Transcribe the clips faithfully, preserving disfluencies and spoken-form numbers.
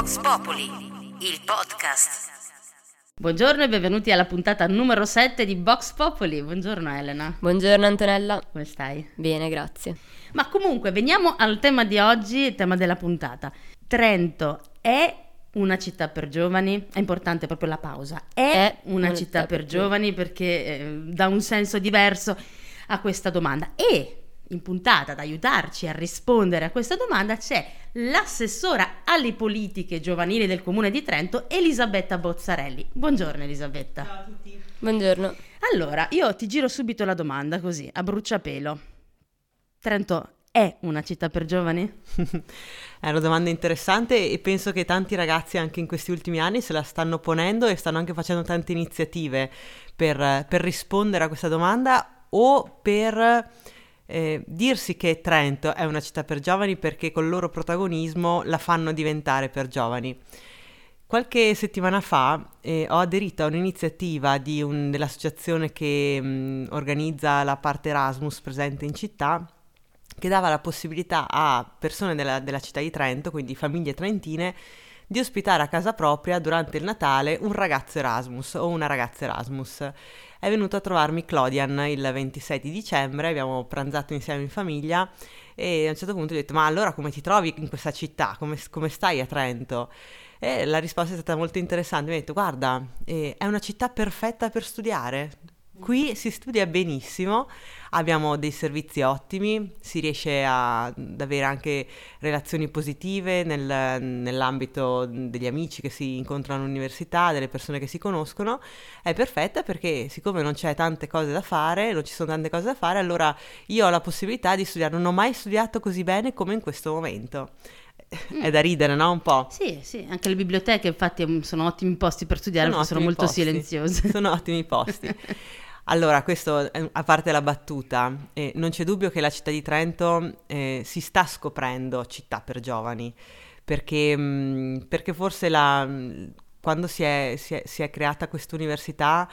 Vox Populi, il podcast. Buongiorno e benvenuti alla puntata numero sette di Vox Populi. Buongiorno Elena. Buongiorno Antonella. Come stai? Bene, grazie. Ma comunque veniamo al tema di oggi, il tema della puntata. Trento è una città per giovani? È importante proprio la pausa. È, è una, una città, città per, per giovani perché eh, dà un senso diverso a questa domanda. E in puntata ad aiutarci a rispondere a questa domanda c'è l'assessora alle politiche giovanili del Comune di Trento, Elisabetta Bozzarelli. Buongiorno Elisabetta. Ciao a tutti. Buongiorno. Allora, io ti giro subito la domanda così, a bruciapelo. Trento è una città per giovani? È una domanda interessante e penso che tanti ragazzi anche in questi ultimi anni se la stanno ponendo e stanno anche facendo tante iniziative per, per rispondere a questa domanda o per eh, dirsi che Trento è una città per giovani perché col loro protagonismo la fanno diventare per giovani. Qualche settimana fa eh, ho aderito a un'iniziativa di un, dell'associazione che mh, organizza la parte Erasmus presente in città, che dava la possibilità a persone della, della città di Trento, quindi famiglie trentine, di ospitare a casa propria durante il Natale un ragazzo Erasmus o una ragazza Erasmus. È venuto a trovarmi Clodian il ventisei di dicembre, abbiamo pranzato insieme in famiglia e a un certo punto gli ho detto: ma allora come ti trovi in questa città? Come, come stai a Trento? E la risposta è stata molto interessante, mi ha detto: guarda, eh, è una città perfetta per studiare. Qui si studia benissimo, abbiamo dei servizi ottimi, si riesce a, ad avere anche relazioni positive nel, nell'ambito degli amici che si incontrano all'università, delle persone che si conoscono. È perfetta perché siccome non c'è tante cose da fare, non ci sono tante cose da fare, allora io ho la possibilità di studiare. Non ho mai studiato così bene come in questo momento. È da ridere, no? Un po'. Sì, sì, anche le biblioteche infatti sono ottimi posti per studiare sono perché sono molto posti. silenziose. Sono ottimi posti. Allora, questo a parte la battuta, eh, non c'è dubbio che la città di Trento eh, si sta scoprendo città per giovani, perché, mh, perché forse la, quando si è, si è, si è creata questa università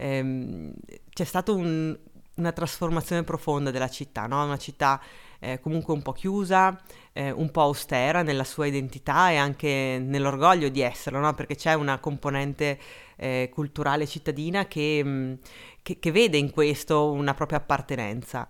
ehm, c'è stata un, una trasformazione profonda della città, no? Una città eh, comunque un po' chiusa, eh, un po' austera nella sua identità e anche nell'orgoglio di esserlo, no? Perché c'è una componente eh, culturale cittadina che, mh, che, che vede in questo una propria appartenenza,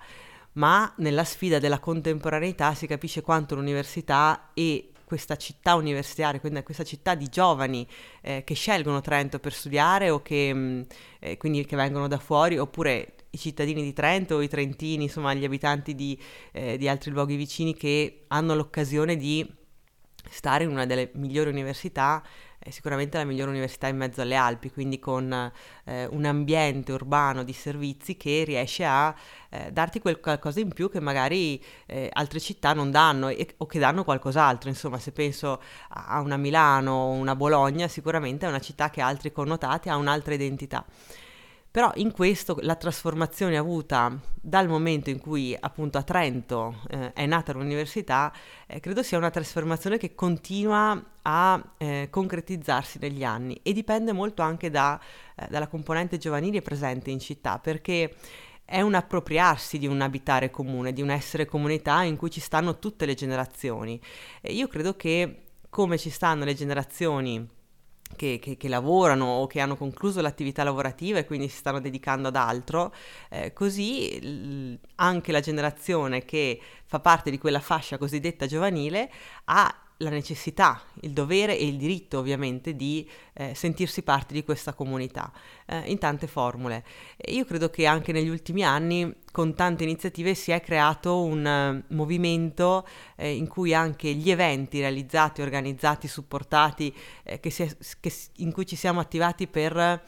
ma nella sfida della contemporaneità si capisce quanto l'università e questa città universitaria, quindi questa città di giovani eh, che scelgono Trento per studiare o che mh, eh, quindi che vengono da fuori, oppure i cittadini di Trento o i trentini, insomma gli abitanti di, eh, di altri luoghi vicini che hanno l'occasione di stare in una delle migliori università, eh, sicuramente la migliore università in mezzo alle Alpi, quindi con eh, un ambiente urbano di servizi che riesce a eh, darti quel qualcosa in più che magari eh, altre città non danno e, o che danno qualcos'altro. Insomma, se penso a una Milano o una Bologna, sicuramente è una città che ha altri connotati, ha un'altra identità. Però in questo la trasformazione avuta dal momento in cui appunto a Trento eh, è nata l'università, eh, credo sia una trasformazione che continua a eh, concretizzarsi negli anni e dipende molto anche da, eh, dalla componente giovanile presente in città, perché è un appropriarsi di un abitare comune, di un essere comunità in cui ci stanno tutte le generazioni. E io credo che come ci stanno le generazioni Che, che, che lavorano o che hanno concluso l'attività lavorativa e quindi si stanno dedicando ad altro, eh, così l- anche la generazione che fa parte di quella fascia cosiddetta giovanile ha la necessità, il dovere e il diritto ovviamente di eh, sentirsi parte di questa comunità eh, in tante formule. E io credo che anche negli ultimi anni con tante iniziative si è creato un uh, movimento eh, in cui anche gli eventi realizzati, organizzati, supportati, eh, che si è, che, in cui ci siamo attivati per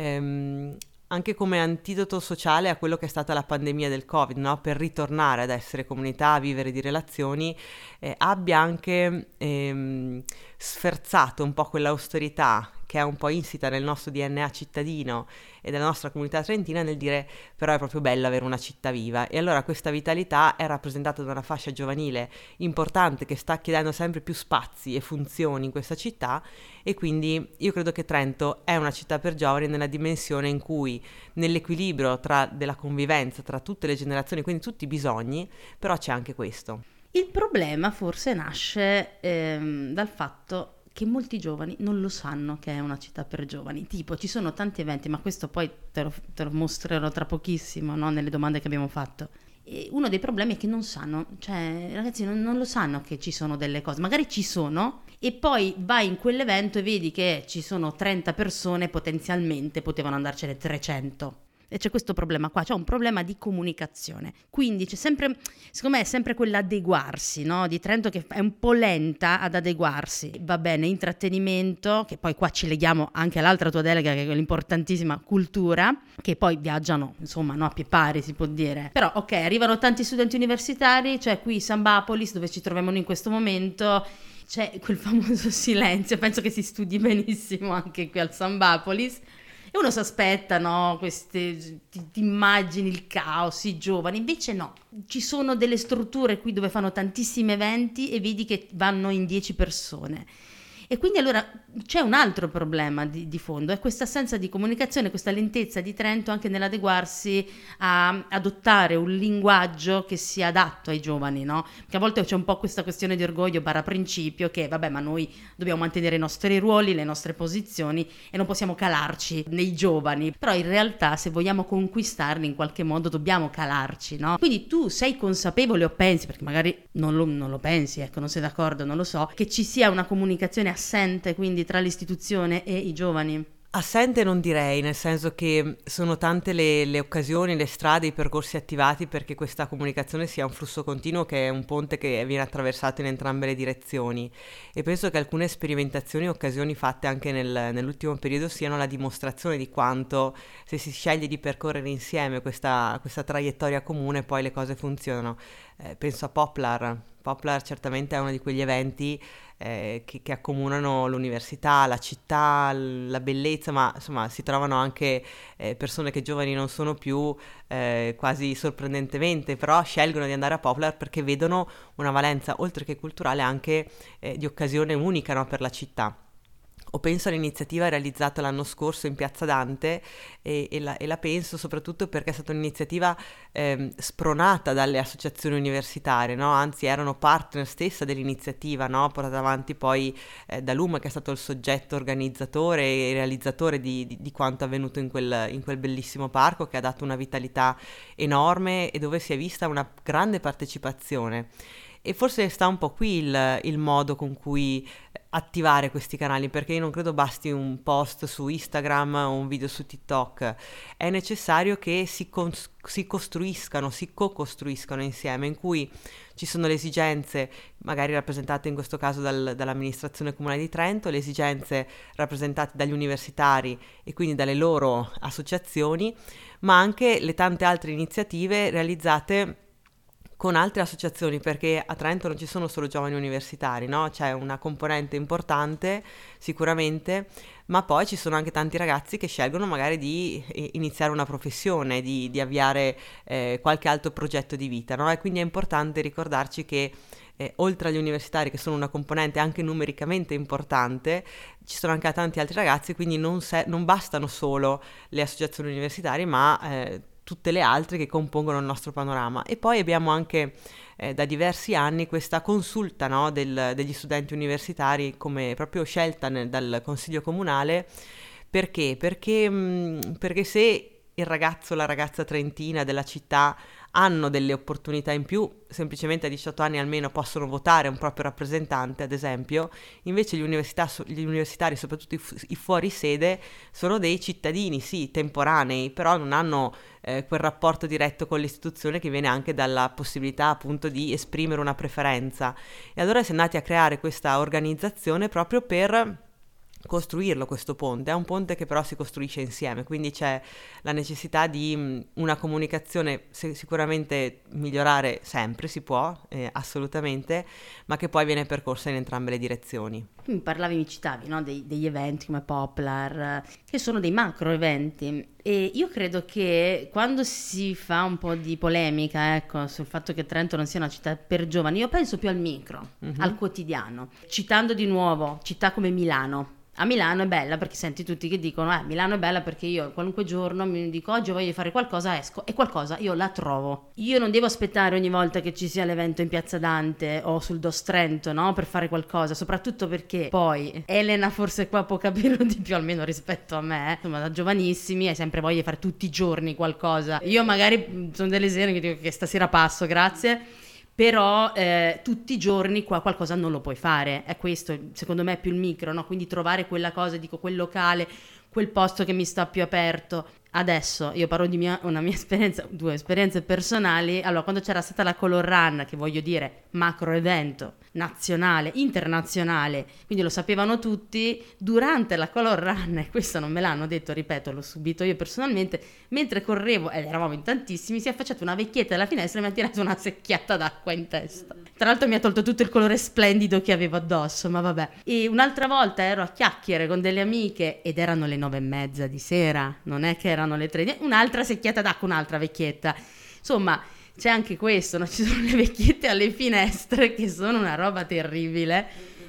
ehm, anche come antidoto sociale a quello che è stata la pandemia del Covid, no? Per ritornare ad essere comunità, a vivere di relazioni, eh, abbia anche ehm, sferzato un po' quell'austerità che è un po' insita nel nostro D N A cittadino e della nostra comunità trentina, nel dire però è proprio bello avere una città viva. E allora questa vitalità è rappresentata da una fascia giovanile importante che sta chiedendo sempre più spazi e funzioni in questa città, e quindi io credo che Trento è una città per giovani nella dimensione in cui nell'equilibrio tra della convivenza tra tutte le generazioni, quindi tutti i bisogni, però c'è anche questo. Il problema forse nasce ehm, dal fatto che molti giovani non lo sanno che è una città per giovani. Tipo, ci sono tanti eventi, ma questo poi te lo, te lo mostrerò tra pochissimo, no? Nelle domande che abbiamo fatto. E uno dei problemi è che non sanno, cioè i ragazzi non, non lo sanno che ci sono delle cose, magari ci sono, e poi vai in quell'evento e vedi che ci sono trenta persone, potenzialmente potevano andarcene trecento. E c'è questo problema qua, c'è un problema di comunicazione. Quindi c'è sempre, secondo me è sempre quell'adeguarsi, no? Di Trento che è un po' lenta ad adeguarsi. Va bene, intrattenimento, che poi qua ci leghiamo anche all'altra tua delega, che è l'importantissima cultura, che poi viaggiano, insomma, no, a pie pari si può dire. Però ok, arrivano tanti studenti universitari, cioè qui Sambapolis, dove ci troviamo noi in questo momento, c'è quel famoso silenzio, penso che si studi benissimo anche qui al Sambapolis. E uno si aspetta, no, queste ti, ti immagini il caos, i giovani, invece no, ci sono delle strutture qui dove fanno tantissimi eventi e vedi che vanno in dieci persone. E quindi allora c'è un altro problema di, di fondo, è questa assenza di comunicazione, questa lentezza di Trento anche nell'adeguarsi a adottare un linguaggio che sia adatto ai giovani, no? Perché a volte c'è un po' questa questione di orgoglio barra principio che vabbè, ma noi dobbiamo mantenere i nostri ruoli, le nostre posizioni e non possiamo calarci nei giovani, però in realtà se vogliamo conquistarli in qualche modo dobbiamo calarci, no? Quindi tu sei consapevole o pensi, perché magari non lo, non lo pensi, ecco, non sei d'accordo, non lo so, che ci sia una comunicazione assente quindi tra l'istituzione e i giovani? Assente non direi, nel senso che sono tante le, le occasioni, le strade, i percorsi attivati perché questa comunicazione sia un flusso continuo, che è un ponte che viene attraversato in entrambe le direzioni, e penso che alcune sperimentazioni e occasioni fatte anche nel, nell'ultimo periodo siano la dimostrazione di quanto, se si sceglie di percorrere insieme questa, questa traiettoria comune, poi le cose funzionano. Eh, penso a Poplar. Poplar certamente è uno di quegli eventi eh, che, che accomunano l'università, la città, la bellezza, ma insomma si trovano anche eh, persone che giovani non sono più, eh, quasi sorprendentemente, però scelgono di andare a Poplar perché vedono una valenza oltre che culturale anche eh, di occasione unica, no, per la città. O penso all'iniziativa realizzata l'anno scorso in Piazza Dante e, e, la, e la penso soprattutto perché è stata un'iniziativa eh, spronata dalle associazioni universitarie, no? Anzi erano partner stessa dell'iniziativa, no? Portata avanti poi eh, da Luma, che è stato il soggetto organizzatore e realizzatore di, di, di quanto avvenuto in quel, in quel bellissimo parco, che ha dato una vitalità enorme e dove si è vista una grande partecipazione. E forse sta un po' qui il, il modo con cui attivare questi canali, perché io non credo basti un post su Instagram o un video su TikTok, è necessario che si, cons- si costruiscano, si co-costruiscano insieme, in cui ci sono le esigenze magari rappresentate in questo caso dal, dall'amministrazione comunale di Trento, le esigenze rappresentate dagli universitari e quindi dalle loro associazioni, ma anche le tante altre iniziative realizzate con altre associazioni, perché a Trento non ci sono solo giovani universitari, no? C'è una componente importante sicuramente, ma poi ci sono anche tanti ragazzi che scelgono magari di iniziare una professione, di, di avviare eh, qualche altro progetto di vita, no? E quindi è importante ricordarci che eh, oltre agli universitari, che sono una componente anche numericamente importante, ci sono anche tanti altri ragazzi, quindi non, se- non bastano solo le associazioni universitarie, ma eh, tutte le altre che compongono il nostro panorama. E poi abbiamo anche eh, da diversi anni questa consulta, no, del, degli studenti universitari come proprio scelta nel, dal Consiglio Comunale. Perché? Perché, mh, perché se il ragazzo o la ragazza trentina della città hanno delle opportunità in più, semplicemente a diciotto anni almeno possono votare un proprio rappresentante, ad esempio, invece gli, università, gli universitari, soprattutto i, fu- i fuori sede, sono dei cittadini, sì, temporanei, però non hanno eh, quel rapporto diretto con l'istituzione che viene anche dalla possibilità appunto di esprimere una preferenza. E allora si è andati a creare questa organizzazione proprio per costruirlo questo ponte. È un ponte che però si costruisce insieme, quindi c'è la necessità di mh, una comunicazione, se, sicuramente migliorare sempre si può, eh, assolutamente, ma che poi viene percorsa in entrambe le direzioni. Tu mi parlavi, mi citavi, no, dei, degli eventi come Poplar, che sono dei macro eventi, e io credo che quando si fa un po' di polemica, ecco, sul fatto che Trento non sia una città per giovani, io penso più al micro, mm-hmm. al quotidiano, citando di nuovo città come Milano. A Milano è bella perché senti tutti che dicono eh Milano è bella perché io qualunque giorno mi dico oggi voglio fare qualcosa, esco e qualcosa io la trovo. Io non devo aspettare ogni volta che ci sia l'evento in Piazza Dante o sul Dos Trento, no, per fare qualcosa, soprattutto perché poi Elena forse qua può capirlo di più almeno rispetto a me, insomma da giovanissimi hai sempre voglia di fare tutti i giorni qualcosa. Io magari sono delle sere che dico che stasera passo, grazie. Però eh, tutti i giorni qua qualcosa non lo puoi fare, è questo secondo me è più il micro, no? Quindi trovare quella cosa, dico quel locale, quel posto che mi sta più aperto. Adesso io parlo di mia, una mia esperienza, due esperienze personali. Allora, quando c'era stata la Color Run, che voglio dire macro evento nazionale, internazionale, quindi lo sapevano tutti, durante la Color Run, e questo non me l'hanno detto, ripeto, l'ho subito io personalmente, mentre correvo, ed eravamo in tantissimi, si è affacciata una vecchietta alla finestra e mi ha tirato una secchiata d'acqua in testa. Tra l'altro mi ha tolto tutto il colore splendido che avevo addosso, ma vabbè. E un'altra volta ero a chiacchiere con delle amiche ed erano le nove e mezza di sera, non è che erano le tre, un'altra secchiata d'acqua, un'altra vecchietta. Insomma, c'è anche questo, no? Ci sono le vecchiette alle finestre che sono una roba terribile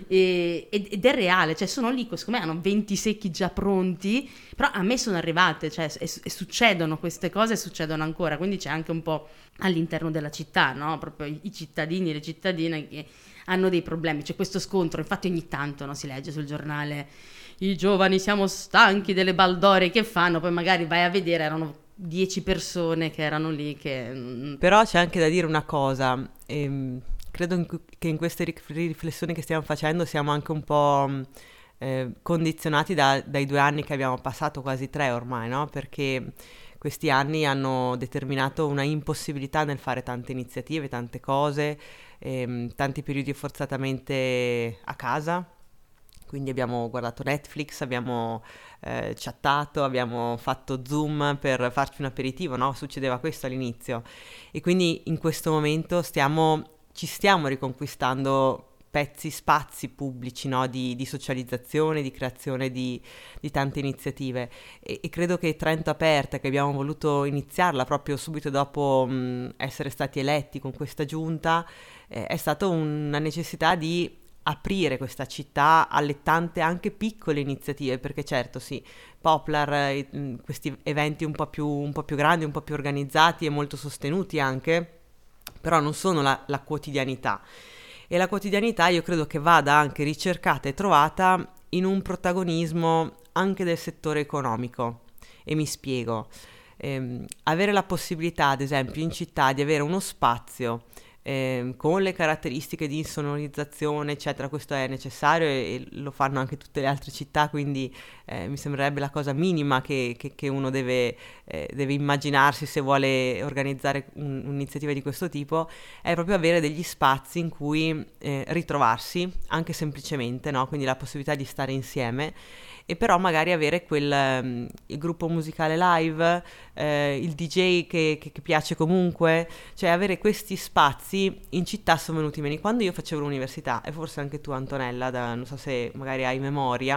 e, ed è reale, cioè sono lì, secondo me hanno venti secchi già pronti, però a me sono arrivate, cioè e, e succedono queste cose, succedono ancora, quindi c'è anche un po' all'interno della città, no? Proprio i, i cittadini e le cittadine che hanno dei problemi, c'è questo scontro, infatti ogni tanto, no, si legge sul giornale i giovani siamo stanchi delle baldorie che fanno, poi magari vai a vedere erano dieci persone che erano lì che... Però c'è anche da dire una cosa, ehm, credo in, che in queste riflessioni che stiamo facendo siamo anche un po' eh, condizionati da, dai due anni che abbiamo passato, quasi tre ormai, no? Perché questi anni hanno determinato una impossibilità nel fare tante iniziative, tante cose, ehm, tanti periodi forzatamente a casa. Quindi abbiamo guardato Netflix, abbiamo eh, chattato, abbiamo fatto Zoom per farci un aperitivo, no? Succedeva questo all'inizio. E quindi in questo momento stiamo, ci stiamo riconquistando pezzi, spazi pubblici, no? di, di socializzazione, di creazione di, di tante iniziative. E, e credo che Trento Aperta, che abbiamo voluto iniziarla proprio subito dopo mh, essere stati eletti con questa giunta, eh, è stata una necessità di aprire questa città alle tante anche piccole iniziative, perché certo sì, Poplar, eh, questi eventi un po' più un po' più grandi, un po' più organizzati e molto sostenuti anche, però non sono la, la quotidianità, e la quotidianità io credo che vada anche ricercata e trovata in un protagonismo anche del settore economico, e mi spiego. Eh, avere la possibilità, ad esempio in città, di avere uno spazio Eh, con le caratteristiche di insonorizzazione eccetera, questo è necessario e, e lo fanno anche tutte le altre città, quindi eh, mi sembrerebbe la cosa minima che, che, che uno deve, eh, deve immaginarsi se vuole organizzare un, un'iniziativa di questo tipo, è proprio avere degli spazi in cui eh, ritrovarsi anche semplicemente, no? Quindi la possibilità di stare insieme, e però magari avere quel um, il gruppo musicale live, eh, il D J che, che, che piace comunque, cioè avere questi spazi in città sono venuti meno. Quando io facevo l'università, e forse anche tu Antonella, da, non so se magari hai memoria,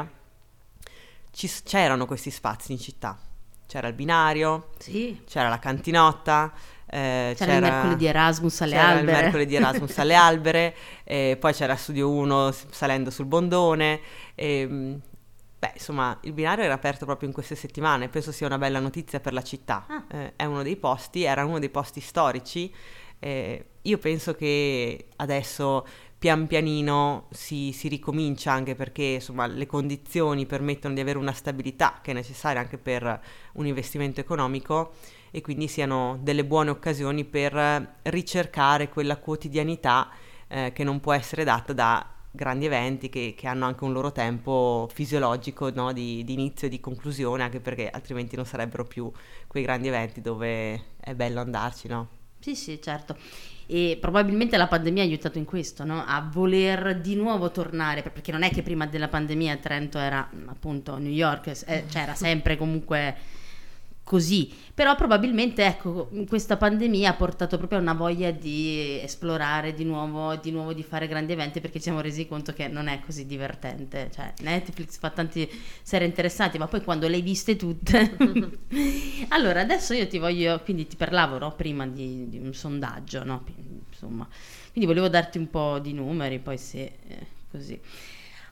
ci, c'erano questi spazi in città, c'era il binario, sì, c'era la cantinotta, Eh, c'era, c'era il mercoledì Erasmus alle c'era albere. il mercoledì Erasmus alle albere, eh, poi c'era Studio uno salendo sul Bondone, e, beh, insomma, il binario era aperto proprio in queste settimane, penso sia una bella notizia per la città. Ah. Eh, è uno dei posti, era uno dei posti storici. Eh, io penso che adesso pian pianino si, si ricomincia, anche perché insomma le condizioni permettono di avere una stabilità che è necessaria anche per un investimento economico, e quindi siano delle buone occasioni per ricercare quella quotidianità eh, che non può essere data da grandi eventi che, che hanno anche un loro tempo fisiologico, no? di, di inizio e di conclusione, anche perché altrimenti non sarebbero più quei grandi eventi dove è bello andarci, no? Sì, sì, certo. E probabilmente la pandemia ha aiutato in questo, no? A voler di nuovo tornare, perché non è che prima della pandemia Trento era appunto New York, eh, cioè era sempre comunque così, però probabilmente ecco questa pandemia ha portato proprio a una voglia di esplorare di nuovo, di nuovo di fare grandi eventi, perché ci siamo resi conto che non è così divertente, cioè Netflix fa tanti serie interessanti, ma poi quando le hai viste tutte allora adesso io ti voglio, quindi ti parlavo, no, prima di, di un sondaggio, no? Insomma, quindi volevo darti un po' di numeri, poi se eh, così.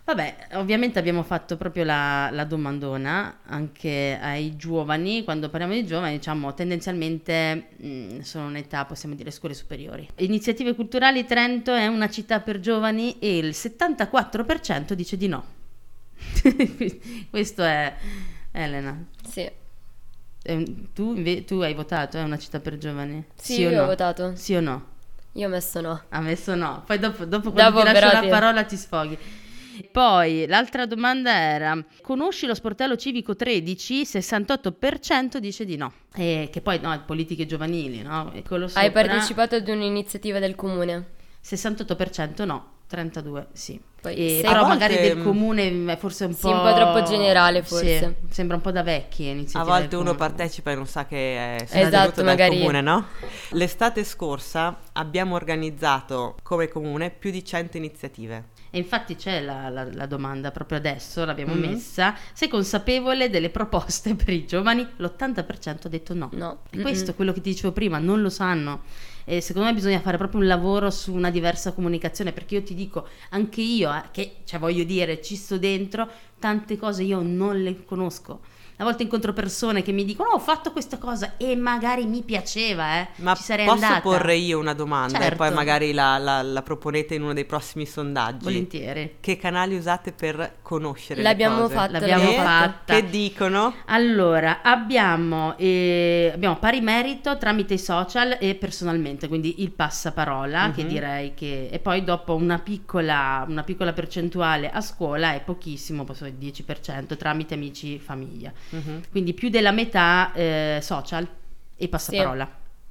Vabbè, ovviamente abbiamo fatto proprio la, la domandona anche ai giovani. Quando parliamo di giovani, diciamo tendenzialmente mh, sono un'età, possiamo dire, scuole superiori. Iniziative culturali, Trento è una città per giovani e il settantaquattro per cento dice di no. Questo è Elena. Sì. È un- tu, inve- tu hai votato, è una città per giovani? Sì, o io no? ho votato. Sì o no? Io ho messo no. Ha messo no. Poi dopo, dopo quando Dopo ti lascio però la ti- parola ti sfoghi. Poi l'altra domanda era: conosci lo sportello civico tredici? sessantotto per cento dice di no. E che poi no, politiche giovanili, no? E quello Hai sopra, partecipato ad un'iniziativa del comune? sessantotto per cento no, trentadue sì. Poi E sei- però A magari volte- del comune è forse un Sì, po'... un po' troppo generale, forse. Sì, sembra un po' da vecchi A iniziative volte del uno comune. partecipa e non sa che è Esatto, sostenuto dal magari- comune, no? L'estate scorsa abbiamo organizzato come comune più di cento iniziative. E infatti c'è la, la- la domanda proprio adesso, l'abbiamo Mhm. messa. Sei consapevole delle proposte per i giovani? l'ottanta per cento ha detto no. No. E questo è quello che ti dicevo prima, non lo sanno. E secondo me bisogna fare proprio un lavoro su una diversa comunicazione, perché io ti dico, anche io, eh, che cioè voglio dire, ci sto dentro, tante cose io non le conosco. A volte incontro persone che mi dicono: "Oh, ho fatto questa cosa", e magari mi piaceva, eh. Ma ci sarei posso andata. porre io una domanda e Certo. poi magari la, la- la proponete in uno dei prossimi sondaggi? Volentieri. Che canali usate per conoscere L'abbiamo le cose? fatto, L'abbiamo l'abbiamo fatta. Che dicono? Allora, abbiamo, eh, abbiamo pari merito tramite i social e personalmente, quindi il passaparola, che Mhm. direi che... E poi dopo una piccola, una piccola percentuale a scuola, è pochissimo, posso dire il dieci per cento, tramite amici, famiglia. Mhm. Quindi più della metà eh, social e passaparola.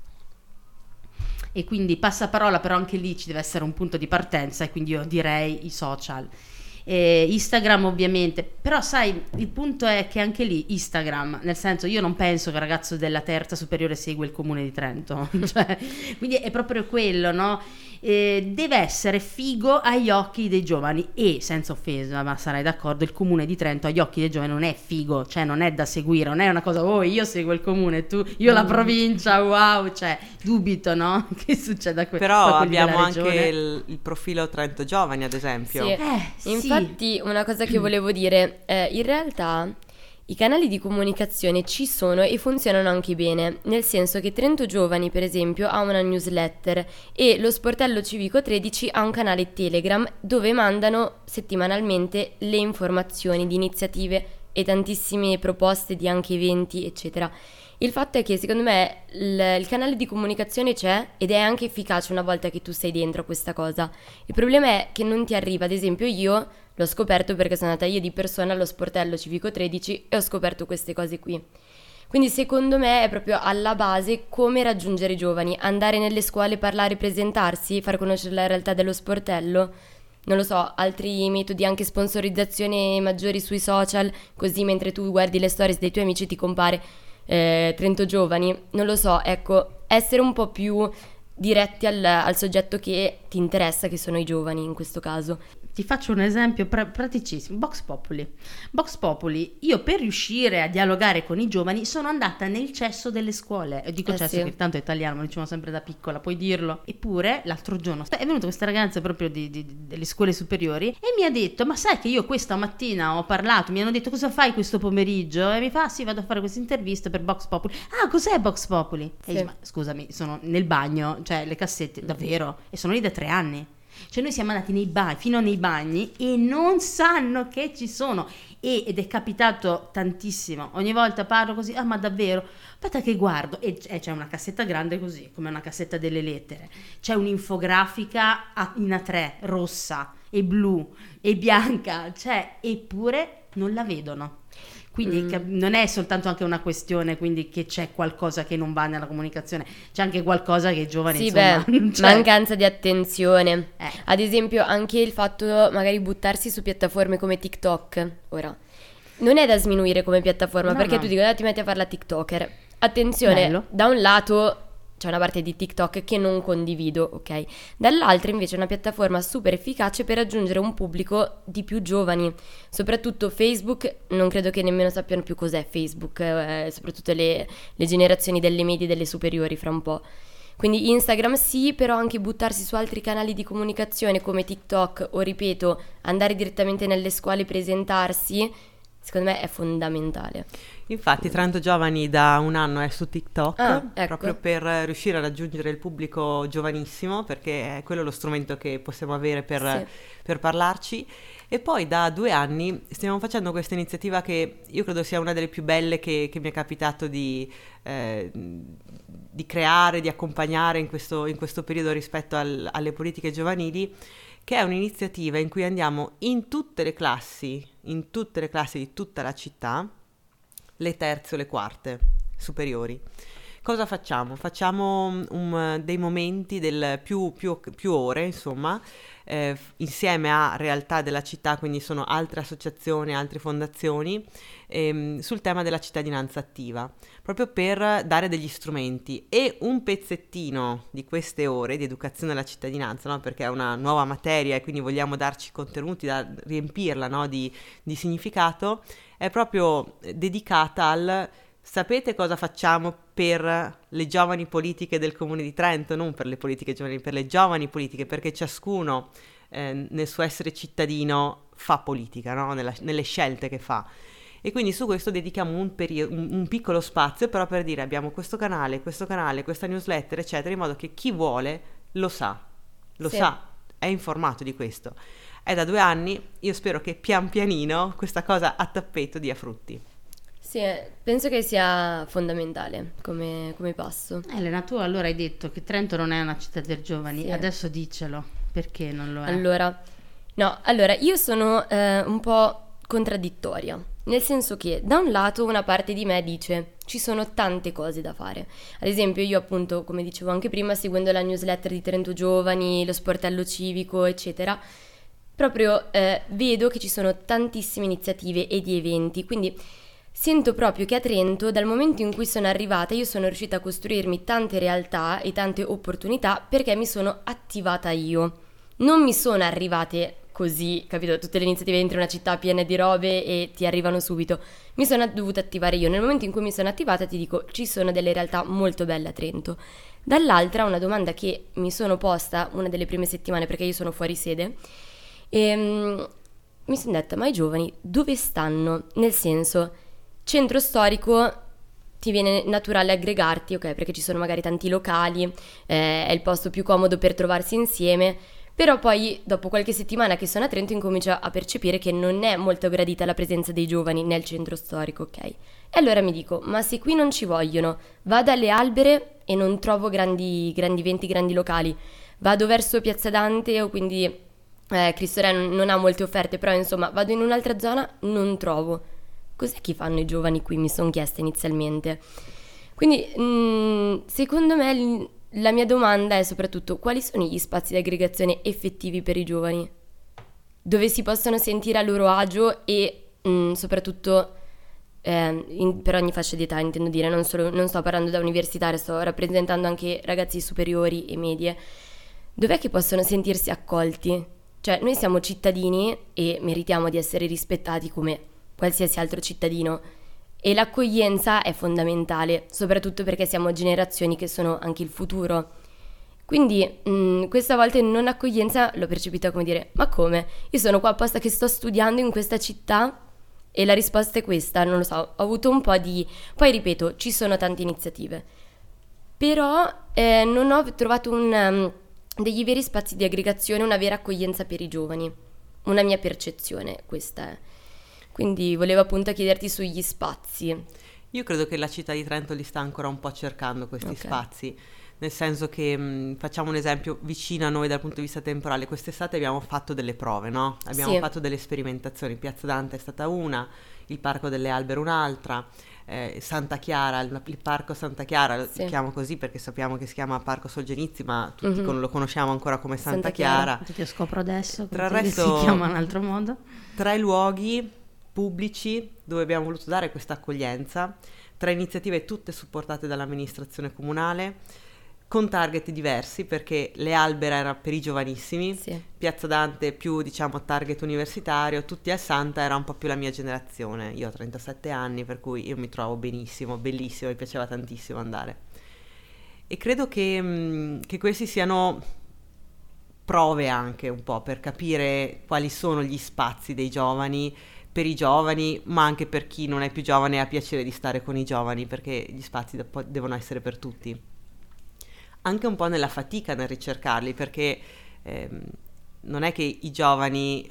E quindi passaparola, però anche lì ci deve essere un punto di partenza, e quindi io direi i social. Eh, Instagram ovviamente, però sai, il punto è che anche lì Instagram, nel senso, io non penso che il ragazzo della terza superiore segua il comune di Trento, cioè, quindi è proprio quello, no? Eh, deve essere figo agli occhi dei giovani, e senza offesa, ma sarai d'accordo, il comune di Trento agli occhi dei giovani non è figo, cioè non è da seguire, non è una cosa, oh io seguo il comune, tu, io la provincia, wow, cioè dubito, no? Che succeda questo. Però abbiamo anche il, il profilo Trento Giovani, ad esempio. Sì. Eh, sì. Infatti, una cosa che volevo dire, eh, in realtà i canali di comunicazione ci sono e funzionano anche bene, nel senso che Trento Giovani, per esempio, ha una newsletter e lo Sportello Civico tredici ha un canale Telegram dove mandano settimanalmente le informazioni di iniziative e tantissime proposte di anche eventi, eccetera. Il fatto è che secondo me il, il canale di comunicazione c'è ed è anche efficace una volta che tu sei dentro a questa cosa. Il problema è che non ti arriva. Ad esempio, io l'ho scoperto perché sono andata io di persona allo Sportello Civico tredici e ho scoperto queste cose qui. Quindi secondo me è proprio alla base come raggiungere i giovani, andare nelle scuole, parlare, presentarsi, far conoscere la realtà dello sportello. Non lo so, altri metodi, anche sponsorizzazione maggiori sui social, così mentre tu guardi le stories dei tuoi amici ti compare eh, Trento Giovani. Non lo so, ecco, essere un po' più diretti al, al soggetto che ti interessa, che sono i giovani in questo caso. Ti faccio un esempio pra- praticissimo, Vox Populi. Vox Populi, io per riuscire a dialogare con i giovani sono andata nel cesso delle scuole. E dico Eh cesso sì. perché tanto è italiano, lo diciamo sempre da piccola, puoi dirlo. Eppure l'altro giorno è venuta questa ragazza proprio di, di- delle scuole superiori e mi ha detto: ma sai che io questa mattina ho parlato, mi hanno detto cosa fai questo pomeriggio? E mi fa: sì, vado a fare questa intervista per Vox Populi. Ah, cos'è Vox Populi? Sì. E dico: ma scusami, sono nel bagno, cioè le cassette, davvero? E sono lì da tre anni. Cioè noi siamo andati nei bagni, fino nei bagni, e non sanno che ci sono. E, ed è capitato tantissimo. Ogni volta parlo così: ah, ma davvero? Aspetta che guardo. E c- e c'è una cassetta grande così, come una cassetta delle lettere. C'è un'infografica a- in A tre, rossa e blu e bianca. Cioè, eppure non la vedono. Quindi Mm. cap- non è soltanto anche una questione, quindi, che c'è qualcosa che non va nella comunicazione, c'è anche qualcosa che i giovani, Sì, insomma, beh, cioè- mancanza di attenzione. Eh. Ad esempio, anche il fatto magari buttarsi su piattaforme come TikTok. Ora, non è da sminuire come piattaforma, No, perché no. tu dico, "Ah, ti metti a fare la TikToker". Attenzione, Bello. da un lato c'è una parte di TikTok che non condivido, ok? Dall'altra invece è una piattaforma super efficace per raggiungere un pubblico di più giovani. Soprattutto Facebook, non credo che nemmeno sappiano più cos'è Facebook, eh, soprattutto le, le generazioni delle medie e delle superiori fra un po'. Quindi Instagram sì, però anche buttarsi su altri canali di comunicazione come TikTok o, ripeto, andare direttamente nelle scuole e presentarsi, secondo me è fondamentale. Infatti Trento Giovani da un anno è su TikTok, Ah, ecco. proprio per riuscire a raggiungere il pubblico giovanissimo, perché è quello lo strumento che possiamo avere per, Sì. per parlarci. E poi da due anni stiamo facendo questa iniziativa che io credo sia una delle più belle che, che mi è capitato di, eh, di creare, di accompagnare in questo, in questo periodo rispetto al- alle politiche giovanili, che è un'iniziativa in cui andiamo in tutte le classi, in tutte le classi di tutta la città, le terze o le quarte superiori. Cosa facciamo? Facciamo um, dei momenti del più, più, più ore, insomma, eh, insieme a realtà della città, quindi sono altre associazioni, altre fondazioni, ehm, sul tema della cittadinanza attiva, proprio per dare degli strumenti e un pezzettino di queste ore di educazione alla cittadinanza, no? Perché è una nuova materia e quindi vogliamo darci contenuti da riempirla, no? di, di significato, è proprio dedicata al... Sapete cosa facciamo per le giovani politiche del Comune di Trento? Non per le politiche giovanili, per le giovani politiche, perché ciascuno eh, nel suo essere cittadino fa politica, no? Nella- nelle scelte che fa. E quindi su questo dedichiamo un, perio- un, un piccolo spazio, però per dire abbiamo questo canale, questo canale, questa newsletter, eccetera, in modo che chi vuole lo sa, lo Sì. sa, è informato di questo. È da due anni, io spero che pian pianino questa cosa a tappeto dia frutti. Sì, eh, penso che sia fondamentale come, come passo. Elena, tu allora hai detto che Trento non è una città per giovani, Sì. adesso dicelo, perché non lo è? Allora, no, allora io sono eh, un po' contraddittoria, nel senso che da un lato una parte di me dice ci sono tante cose da fare. Ad esempio io appunto, come dicevo anche prima, seguendo la newsletter di Trento Giovani, lo sportello civico, eccetera, proprio eh, vedo che ci sono tantissime iniziative e di eventi, quindi sento proprio che a Trento, dal momento in cui sono arrivata, io sono riuscita a costruirmi tante realtà e tante opportunità perché mi sono attivata io. Non mi sono arrivate così, capito? Tutte le iniziative entri in una città piena di robe e ti arrivano subito. Mi sono dovuta attivare io. Nel momento in cui mi sono attivata, ti dico, ci sono delle realtà molto belle a Trento. Dall'altra, una domanda che mi sono posta una delle prime settimane, perché io sono fuori sede, e mi sono detta, ma i giovani dove stanno? Nel senso, centro storico ti viene naturale aggregarti, ok, perché ci sono magari tanti locali, eh, è il posto più comodo per trovarsi insieme, però poi dopo qualche settimana che sono a Trento incomincio a percepire che non è molto gradita la presenza dei giovani nel centro storico, ok? E allora mi dico, ma se qui non ci vogliono, vado alle Albere e non trovo grandi, grandi eventi, grandi locali, vado verso Piazza Dante o quindi eh, Cristo Re non, non ha molte offerte, però insomma vado in un'altra zona, non trovo. Cos'è che fanno i giovani qui? Mi sono chiesta inizialmente. Quindi, mh, secondo me, l- la mia domanda è soprattutto quali sono gli spazi di aggregazione effettivi per i giovani? Dove si possono sentire a loro agio e mh, soprattutto eh, in- per ogni fascia di età, intendo dire, non, solo, non sto parlando da universitaria, sto rappresentando anche ragazzi superiori e medie. Dov'è che possono sentirsi accolti? Cioè, noi siamo cittadini e meritiamo di essere rispettati come qualsiasi altro cittadino e l'accoglienza è fondamentale, soprattutto perché siamo generazioni che sono anche il futuro. Quindi mh, questa volta in non accoglienza l'ho percepita come dire, ma come? Io sono qua apposta che sto studiando in questa città e la risposta è questa, non lo so, ho avuto un po' di... Poi ripeto, ci sono tante iniziative, però eh, non ho trovato un, um, degli veri spazi di aggregazione, una vera accoglienza per i giovani, una mia percezione questa è. Quindi volevo appunto chiederti sugli spazi. Io credo che la città di Trento li sta ancora un po' cercando questi Ok. spazi, nel senso che mh, facciamo un esempio vicino a noi dal punto di vista temporale. Quest'estate abbiamo fatto delle prove, no? Abbiamo Sì. fatto delle sperimentazioni. Piazza Dante è stata una, il Parco delle Albere un'altra, eh, Santa Chiara, il, il Parco Santa Chiara, lo Sì. chiamo così perché sappiamo che si chiama Parco Solgenizzi, ma tutti Mhm. con- lo conosciamo ancora come Santa, Santa Chiara. Chiara. Infatti io scopro adesso Tra il che resto- si chiama in un altro modo. Tre luoghi pubblici dove abbiamo voluto dare questa accoglienza, tre iniziative tutte supportate dall'amministrazione comunale, con target diversi, perché le Albera era per i giovanissimi, Sì. Piazza Dante più, diciamo, target universitario, tutti al Santa era un po' più la mia generazione. Io ho trentasette anni, per cui io mi trovo benissimo, bellissimo, mi piaceva tantissimo andare. e credo che, mh, che questi siano prove anche un po' per capire quali sono gli spazi dei giovani, per i giovani, ma anche per chi non è più giovane e ha piacere di stare con i giovani, perché gli spazi de- devono essere per tutti. Anche un po' nella fatica nel ricercarli, perché ehm, non è che i giovani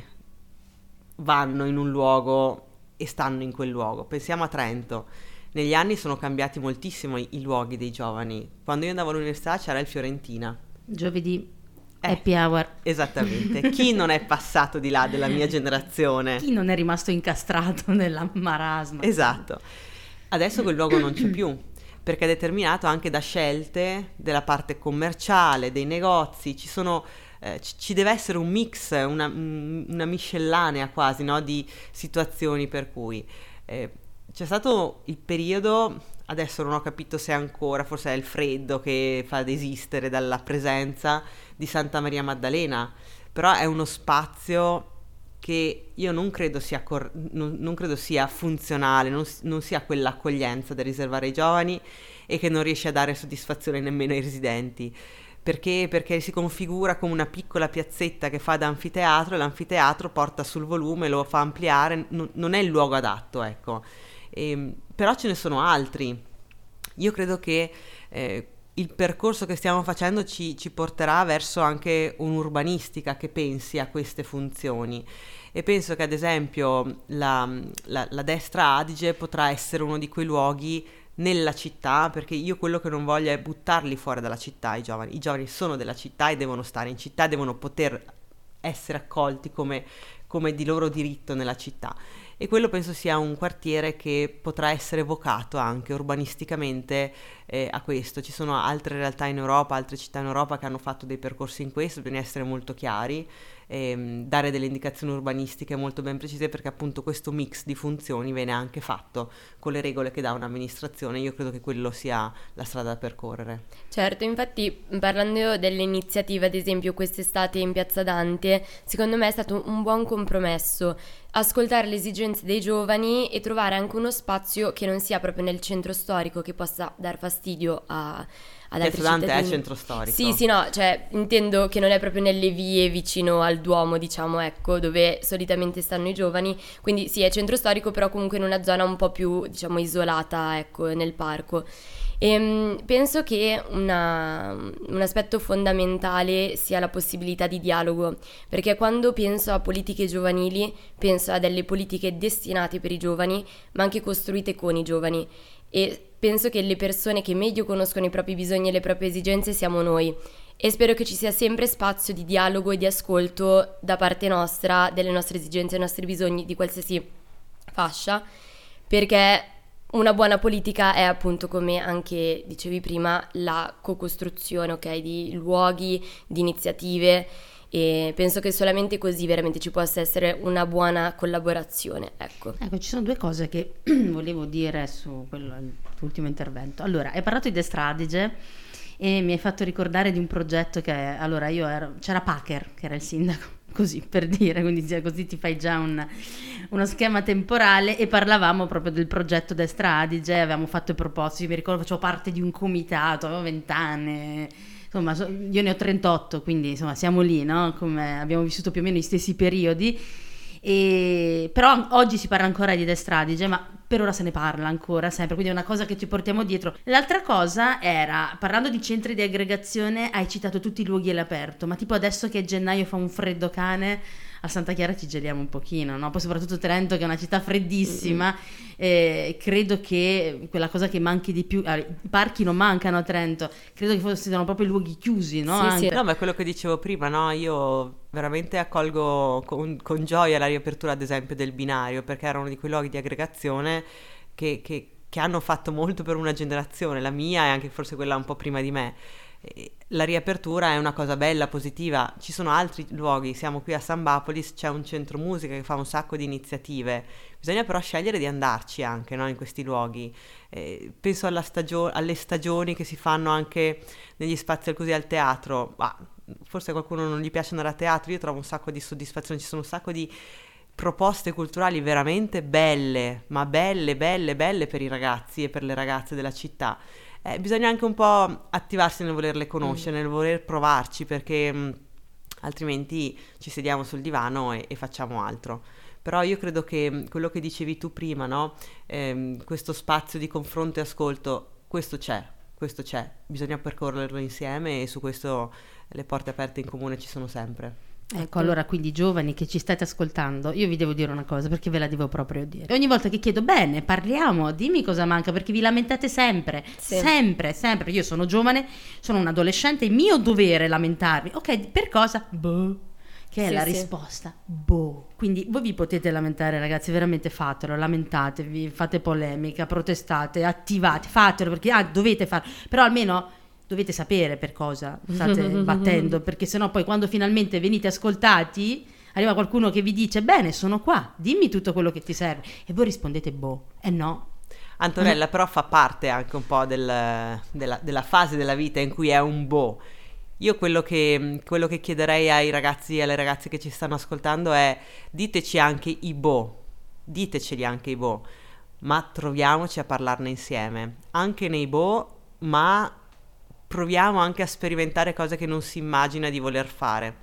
vanno in un luogo e stanno in quel luogo. Pensiamo a Trento. Negli anni sono cambiati moltissimo i, i luoghi dei giovani. Quando io andavo all'università c'era il Fiorentina. Giovedì. Eh, Happy hour. Esattamente. Chi non è passato di là della mia generazione? Chi non è rimasto incastrato nella marasma? Esatto. Adesso quel luogo non c'è più, perché è determinato anche da scelte della parte commerciale, dei negozi. Ci sono, eh, ci, ci deve essere un mix, una, una miscellanea quasi, no, di situazioni per cui eh, c'è stato il periodo. Adesso non ho capito se ancora, forse è il freddo che fa desistere dalla presenza di Santa Maria Maddalena, però è uno spazio che io non credo sia, cor- non, non credo sia funzionale, non, non sia quell'accoglienza da riservare ai giovani e che non riesce a dare soddisfazione nemmeno ai residenti. Perché? Perché si configura come una piccola piazzetta che fa da anfiteatro e l'anfiteatro porta sul volume, lo fa ampliare, non, non è il luogo adatto, ecco. E, però ce ne sono altri. Io credo che eh, il percorso che stiamo facendo ci, ci porterà verso anche un'urbanistica che pensi a queste funzioni, e penso che ad esempio la, la, la destra Adige potrà essere uno di quei luoghi nella città, perché io quello che non voglio è buttarli fuori dalla città. I giovani, i giovani sono della città e devono stare in città, devono poter essere accolti come, come di loro diritto nella città. E quello penso sia un quartiere che potrà essere vocato anche urbanisticamente eh, a questo. Ci sono altre realtà in Europa, altre città in Europa che hanno fatto dei percorsi in questo, bisogna essere molto chiari, ehm, dare delle indicazioni urbanistiche molto ben precise, perché appunto questo mix di funzioni viene anche fatto con le regole che dà un'amministrazione. Io credo che quello sia la strada da percorrere. Certo, infatti parlando dell'iniziativa, ad esempio quest'estate in Piazza Dante, secondo me è stato un buon compromesso ascoltare le esigenze dei giovani e trovare anche uno spazio che non sia proprio nel centro storico, che possa dar fastidio a, ad altri Piazza Dante cittadini. è centro storico. Sì, sì, no, cioè intendo che non è proprio nelle vie vicino al Duomo, diciamo, ecco, dove solitamente stanno i giovani, quindi sì, è centro storico, però comunque in una zona un po' più, diciamo, isolata, ecco, nel parco. E penso che una, un aspetto fondamentale sia la possibilità di dialogo, perché quando penso a politiche giovanili penso a delle politiche destinate per i giovani, ma anche costruite con i giovani, e penso che le persone che meglio conoscono i propri bisogni e le proprie esigenze siamo noi, e spero che ci sia sempre spazio di dialogo e di ascolto da parte nostra delle nostre esigenze, dei nostri bisogni di qualsiasi fascia, perché una buona politica è appunto, come anche dicevi prima, la co-costruzione, ok, di luoghi, di iniziative, e penso che solamente così veramente ci possa essere una buona collaborazione, ecco. Ecco, ci sono due cose che volevo dire su quello, il tuo ultimo intervento. Allora, hai parlato di Destra Adige e mi hai fatto ricordare di un progetto che, allora io ero, c'era Packer che era il sindaco, così per dire, quindi così ti fai già un, uno schema temporale, e parlavamo proprio del progetto Destra Adige, avevamo fatto i propositi, mi ricordo facevo parte di un comitato, avevo vent'anni, insomma io ne ho trentotto, quindi insomma siamo lì, no? Come abbiamo vissuto più o meno gli stessi periodi, e però oggi si parla ancora di Destra Adige, ma per ora se ne parla ancora sempre, quindi è una cosa che ci portiamo dietro. L'altra cosa era, parlando di centri di aggregazione, hai citato tutti i luoghi all'aperto, ma tipo adesso che a gennaio fa un freddo cane, a Santa Chiara ci geliamo un pochino, no? Poi soprattutto Trento, che è una città freddissima, mm-hmm. eh, credo che quella cosa che manchi di più, allora, i parchi non mancano a Trento, credo che fossero proprio luoghi chiusi, no? Sì, Anche. sì. No, ma è quello che dicevo prima, no? Io veramente accolgo con, con gioia la riapertura, ad esempio, del binario, perché era uno di quei luoghi di aggregazione che, che, che hanno fatto molto per una generazione, la mia e anche forse quella un po' prima di me. La riapertura è una cosa bella, positiva. Ci sono altri luoghi, siamo qui a San Bapolis, c'è un centro musica che fa un sacco di iniziative, bisogna però scegliere di andarci anche, no, in questi luoghi. Eh, penso alla stagio- alle stagioni che si fanno anche negli spazi così al teatro, ma forse a qualcuno non gli piace andare a teatro, io trovo un sacco di soddisfazione, ci sono un sacco di proposte culturali veramente belle, ma belle, belle, belle per i ragazzi e per le ragazze della città. eh, bisogna anche un po' attivarsi nel volerle conoscere, mm. nel voler provarci, perché mh, altrimenti ci sediamo sul divano e, e facciamo altro. Però io credo che quello che dicevi tu prima, no? Eh, questo spazio di confronto e ascolto, questo c'è, questo c'è, bisogna percorrerlo insieme e su questo le porte aperte in comune ci sono sempre. Ecco, allora quindi giovani che ci state ascoltando, io vi devo dire una cosa perché ve la devo proprio dire. Ogni volta che chiedo bene, parliamo, dimmi cosa manca, perché vi lamentate sempre, sì. sempre, sempre. Io sono giovane, sono un adolescente, è mio dovere lamentarmi. Ok, per cosa? Boh. Che è sì, la sì. risposta, boh. Quindi voi vi potete lamentare, ragazzi, veramente fatelo, lamentatevi, fate polemica, protestate, attivate, fatelo perché ah, dovete farlo, però almeno dovete sapere per cosa state battendo, perché sennò poi quando finalmente venite ascoltati arriva qualcuno che vi dice bene, sono qua, dimmi tutto quello che ti serve e voi rispondete boh, e eh no. Antonella, però fa parte anche un po' del, della, della fase della vita in cui è un boh. Io quello che, quello che chiederei ai ragazzi e alle ragazze che ci stanno ascoltando è diteci anche i boh, diteceli anche i boh, ma troviamoci a parlarne insieme, anche nei boh, ma proviamo anche a sperimentare cose che non si immagina di voler fare.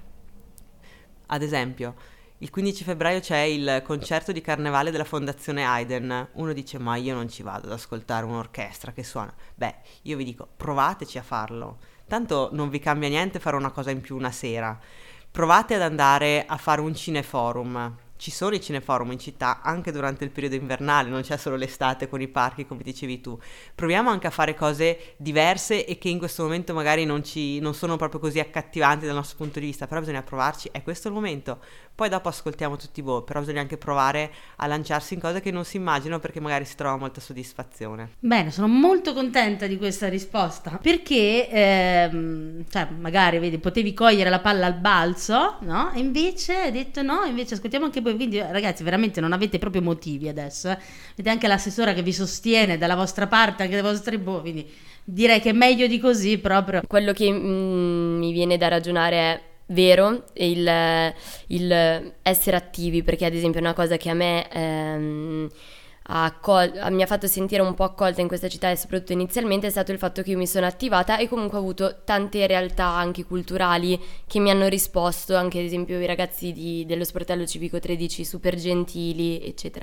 Ad esempio, il quindici febbraio c'è il concerto di carnevale della Fondazione Haydn. Uno dice ma io non ci vado ad ascoltare un'orchestra che suona. Beh, io vi dico provateci a farlo. Tanto non vi cambia niente fare una cosa in più una sera. Provate ad andare a fare un cineforum. Ci sono i cineforum in città anche durante il periodo invernale, non c'è solo l'estate con i parchi come dicevi tu. Proviamo anche a fare cose diverse e che in questo momento magari non, ci, non sono proprio così accattivanti dal nostro punto di vista, però bisogna provarci, è questo il momento. Poi dopo ascoltiamo tutti voi, però bisogna anche provare a lanciarsi in cose che non si immaginano perché magari si trova molta soddisfazione. Bene, sono molto contenta di questa risposta perché ehm, cioè magari vedi potevi cogliere la palla al balzo, no? E invece hai detto no, invece ascoltiamo anche voi. Quindi ragazzi veramente non avete proprio motivi adesso, eh? Vedete anche l'assessora che vi sostiene dalla vostra parte, anche dai vostri boh, quindi direi che è meglio di così proprio. Quello che mm, mi viene da ragionare è vero, il, il essere attivi, perché ad esempio una cosa che a me ehm, ha accol- mi ha fatto sentire un po' accolta in questa città e soprattutto inizialmente è stato il fatto che io mi sono attivata e comunque ho avuto tante realtà anche culturali che mi hanno risposto, anche ad esempio i ragazzi di, dello sportello civico tredici super gentili eccetera.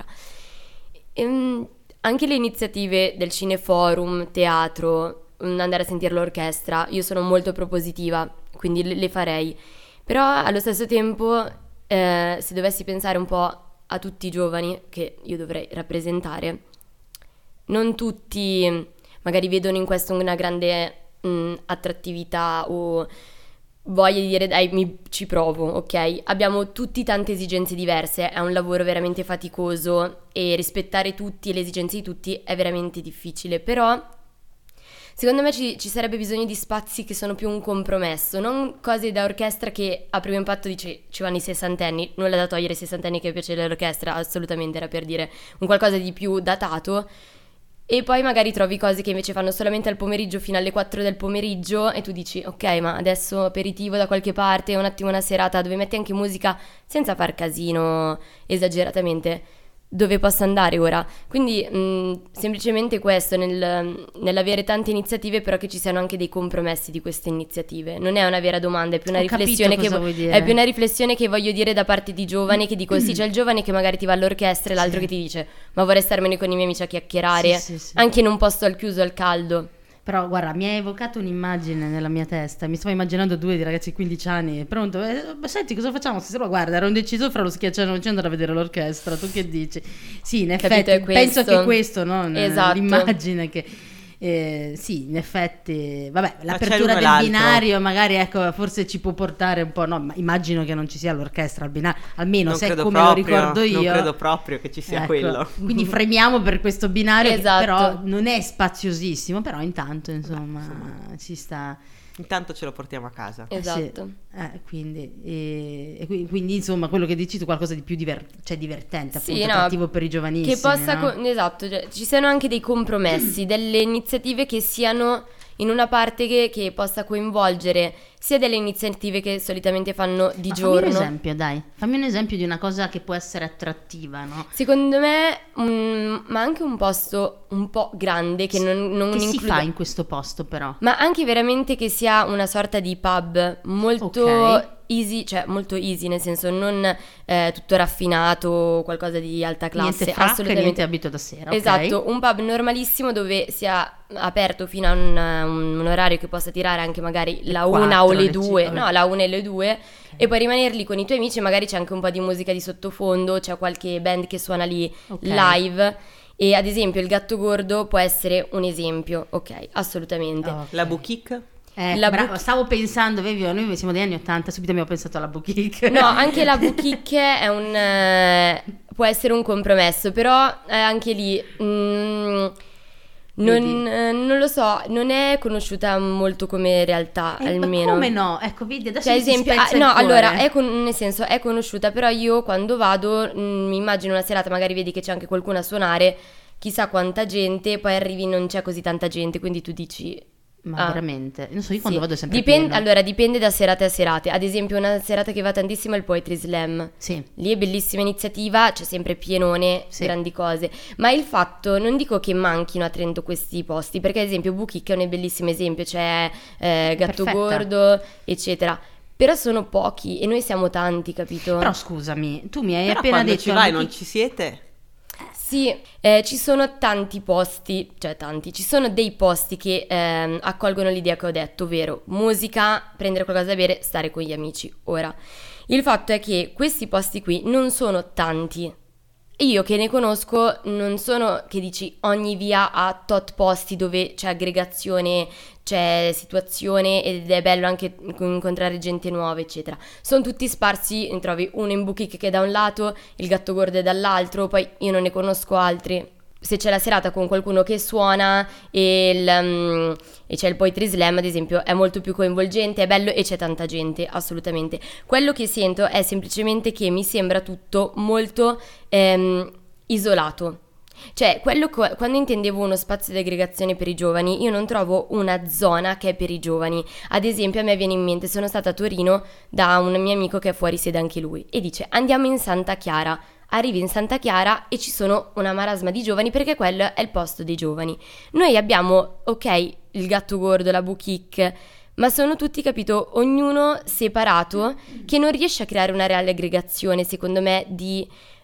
E, anche le iniziative del cineforum, teatro, andare a sentire l'orchestra, io sono molto propositiva, quindi le, le farei, però allo stesso tempo eh, se dovessi pensare un po' a tutti i giovani che io dovrei rappresentare, non tutti magari vedono in questo una grande mh, attrattività o voglia di dire dai mi, ci provo, ok? Abbiamo tutti tante esigenze diverse, è un lavoro veramente faticoso e rispettare tutti e le esigenze di tutti è veramente difficile, però secondo me ci, ci sarebbe bisogno di spazi che sono più un compromesso, non cose da orchestra che a primo impatto dice ci vanno i sessantenni, nulla da togliere ai sessantenni che piace l'orchestra, assolutamente, era per dire un qualcosa di più datato, e poi magari trovi cose che invece fanno solamente al pomeriggio fino alle quattro del pomeriggio e tu dici ok, ma adesso aperitivo da qualche parte, un attimo una serata dove metti anche musica senza far casino esageratamente, dove possa andare ora? Quindi mh, semplicemente questo, nel, nell'avere tante iniziative, però che ci siano anche dei compromessi di queste iniziative. Non è una vera domanda, è più una Ho riflessione che vo- è più una riflessione che voglio dire da parte di giovani, che dico sì, c'è il giovane che magari ti va all'orchestra e l'altro sì. che ti dice ma vorrei starmene con i miei amici a chiacchierare, sì, sì, sì. anche in un posto al chiuso, al caldo. Però guarda, mi hai evocato un'immagine nella mia testa, mi stavo immaginando due di ragazzi di quindici anni, pronto, eh, senti cosa facciamo stasera? Guarda, ero indeciso fra lo schiacciano e andare a vedere l'orchestra, tu che dici? Sì, in Capito, effetti, penso che questo, no? Esatto. L'immagine che... Eh, sì, in effetti, vabbè, Ma l'apertura del l'altro. binario magari ecco forse ci può portare un po', no, ma immagino che non ci sia l'orchestra al binario, almeno non se credo come proprio, lo ricordo io. Non credo proprio che ci sia ecco, quello. quindi fremiamo per questo binario, esatto. che però non è spaziosissimo, però intanto insomma, insomma. ci sta. Intanto ce lo portiamo a casa. Esatto. Sì, eh, quindi, e, e quindi insomma quello che dici tu qualcosa di più diver- cioè divertente, appunto, sì, no, attrattivo per i giovanissimi, che possa no? co- esatto, cioè, ci siano anche dei compromessi, delle iniziative che siano in una parte che, che possa coinvolgere sia delle iniziative che solitamente fanno di Ma giorno. fammi un esempio, dai, fammi un esempio di una cosa che può essere attrattiva, no? Secondo me, mm, ma anche un posto un po' grande che non, non Che si includa- fa in questo posto però? ma anche veramente che sia una sorta di pub molto Ok. easy, cioè molto easy, nel senso non eh, tutto raffinato, qualcosa di alta classe, Niente frac, assolutamente. niente abito da sera, ok? Esatto, un pub normalissimo dove sia aperto fino a un, un orario che possa tirare anche magari la quattro, una o le le due, cinque, no, la una e le due, e poi rimanerli con i tuoi amici, magari c'è anche un po' di musica di sottofondo, c'è qualche band che suona lì Ok. live. E ad esempio il Gatto Gordo può essere un esempio, ok, assolutamente. Oh. La boutique? Eh, La bravo, book- stavo pensando, vedi, noi siamo degli anni ottanta, subito abbiamo pensato alla boutique. No, anche la boutique è un, eh, può essere un compromesso, però eh, anche lì mm, non, Vedi? eh, non lo so, non è conosciuta molto come realtà, Eh, ma almeno. come no? Ecco, vedi, adesso Cioè, ad mi si esempio, spezza ah, il no, cuore. allora, è con- nel senso, è conosciuta, però io quando vado mm, mi immagino una serata, magari vedi che c'è anche qualcuno a suonare, chissà quanta gente, poi arrivi non c'è così tanta gente, quindi tu dici... Ma ah, veramente? Non so, io quando sì. vado è sempre Dipende- pieno. Allora, dipende da serate a serate. Ad esempio, una serata che va tantissimo è il Poetry Slam. Sì. Lì è bellissima iniziativa, c'è sempre pienone, Sì. grandi cose. Ma il fatto, non dico che manchino a Trento questi posti, perché ad esempio Boutique è un bellissimo esempio, c'è eh, Gatto Perfetta. Gordo, eccetera. Però sono pochi e noi siamo tanti, capito? Però scusami, tu mi hai Però appena quando detto ci la vai boutique- non ci siete? Sì, eh, ci sono tanti posti, cioè tanti, ci sono dei posti che ehm, accolgono l'idea che ho detto, ovvero musica, prendere qualcosa da bere, stare con gli amici. Ora, il fatto è che questi posti qui non sono tanti. E io che ne conosco, non sono che dici ogni via ha tot posti dove c'è aggregazione, c'è situazione ed è bello anche incontrare gente nuova, eccetera. Sono tutti sparsi, ne trovi uno in Boutique che è da un lato, il Gatto Gordo è dall'altro, poi io non ne conosco altri. Se c'è la serata con qualcuno che suona e, il, um, e c'è il Poetry Slam, ad esempio, è molto più coinvolgente, è bello e c'è tanta gente, assolutamente. Quello che sento è semplicemente che mi sembra tutto molto ehm, isolato. Cioè, quello co- quando intendevo uno spazio di aggregazione per i giovani, io non trovo una zona che è per i giovani. Ad esempio, a me viene in mente, sono stata a Torino da un mio amico che è fuori sede anche lui, e dice andiamo in Santa Chiara. Arrivi in Santa Chiara e ci sono una marasma di giovani perché quello è il posto dei giovani. Noi abbiamo, ok, il Gatto Gordo, la Boutique, ma sono tutti, capito, ognuno separato, che non riesce a creare una reale aggregazione, secondo me, di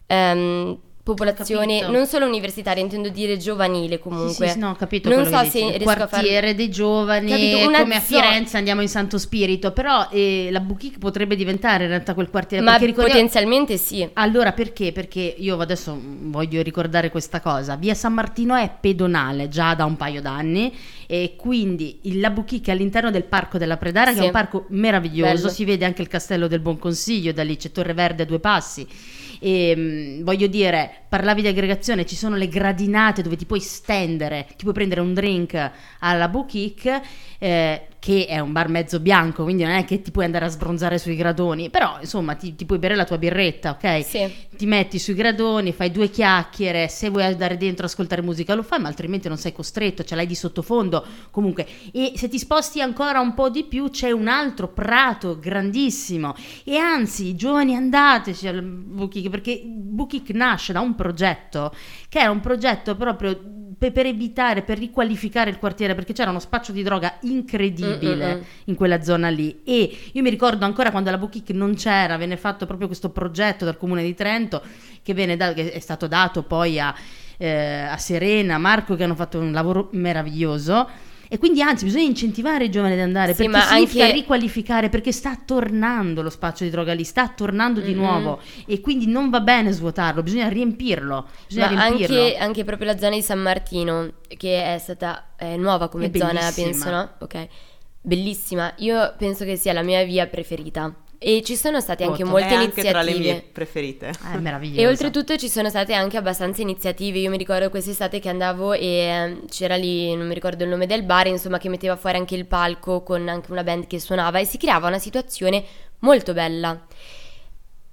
ehm, popolazione, Capito. non solo universitaria, intendo dire giovanile comunque. Sì, sì, no, ho capito Non quello so che se dici. Il riesco a far- quartiere dei giovani, Capito, una come a zona- Firenze andiamo in Santo Spirito, però eh, la boutique potrebbe diventare in realtà quel quartiere, Ma perché ricordiamo- potenzialmente sì. Allora perché? Perché io adesso voglio ricordare questa cosa. Via San Martino è pedonale già da un paio d'anni e quindi il- la boutique è all'interno del Parco della Predara, Sì. che è un parco meraviglioso, Bello. si vede anche il Castello del Buon Consiglio, da lì c'è Torre Verde a due passi. E, mh, voglio dire, parlavi di aggregazione, ci sono le gradinate dove ti puoi stendere, ti puoi prendere un drink alla boutique, eh, che è un bar mezzo bianco, quindi non è che ti puoi andare a sbronzare sui gradoni, però insomma ti, ti puoi bere la tua birretta, ok? Sì. Ti metti sui gradoni, fai due chiacchiere, se vuoi andare dentro a ascoltare musica lo fai, ma altrimenti non sei costretto, ce l'hai di sottofondo comunque. E se ti sposti ancora un po' di più c'è un altro prato grandissimo, e anzi, giovani, andateci al Boutique, perché Boutique nasce da un progetto che era un progetto proprio per, per evitare, per riqualificare il quartiere, perché c'era uno spaccio di droga incredibile Mm-mm-mm. in quella zona lì. E io mi ricordo ancora quando la Boutique non c'era, venne fatto proprio questo progetto dal comune di Trento, che, venne da- che è stato dato poi a, eh, a Serena, Marco, che hanno fatto un lavoro meraviglioso. E quindi anzi bisogna incentivare i giovani ad andare, Sì, perché ma significa anche- riqualificare, perché sta tornando lo spazio di droga lì, sta tornando di Mm-mm. nuovo, e quindi non va bene svuotarlo, bisogna riempirlo, bisogna Ma riempirlo. anche, anche proprio la zona di San Martino, che è stata è nuova come È zona, bellissima. penso, no? Ok, bellissima. Io penso che sia la mia via preferita. E ci sono state anche Voto. molte È anche tra le mie iniziative. preferite. È meraviglioso. E oltretutto ci sono state anche abbastanza iniziative. Io mi ricordo quest'estate che andavo e eh, c'era lì, non mi ricordo il nome del bar, insomma, che metteva fuori anche il palco con anche una band che suonava e si creava una situazione molto bella.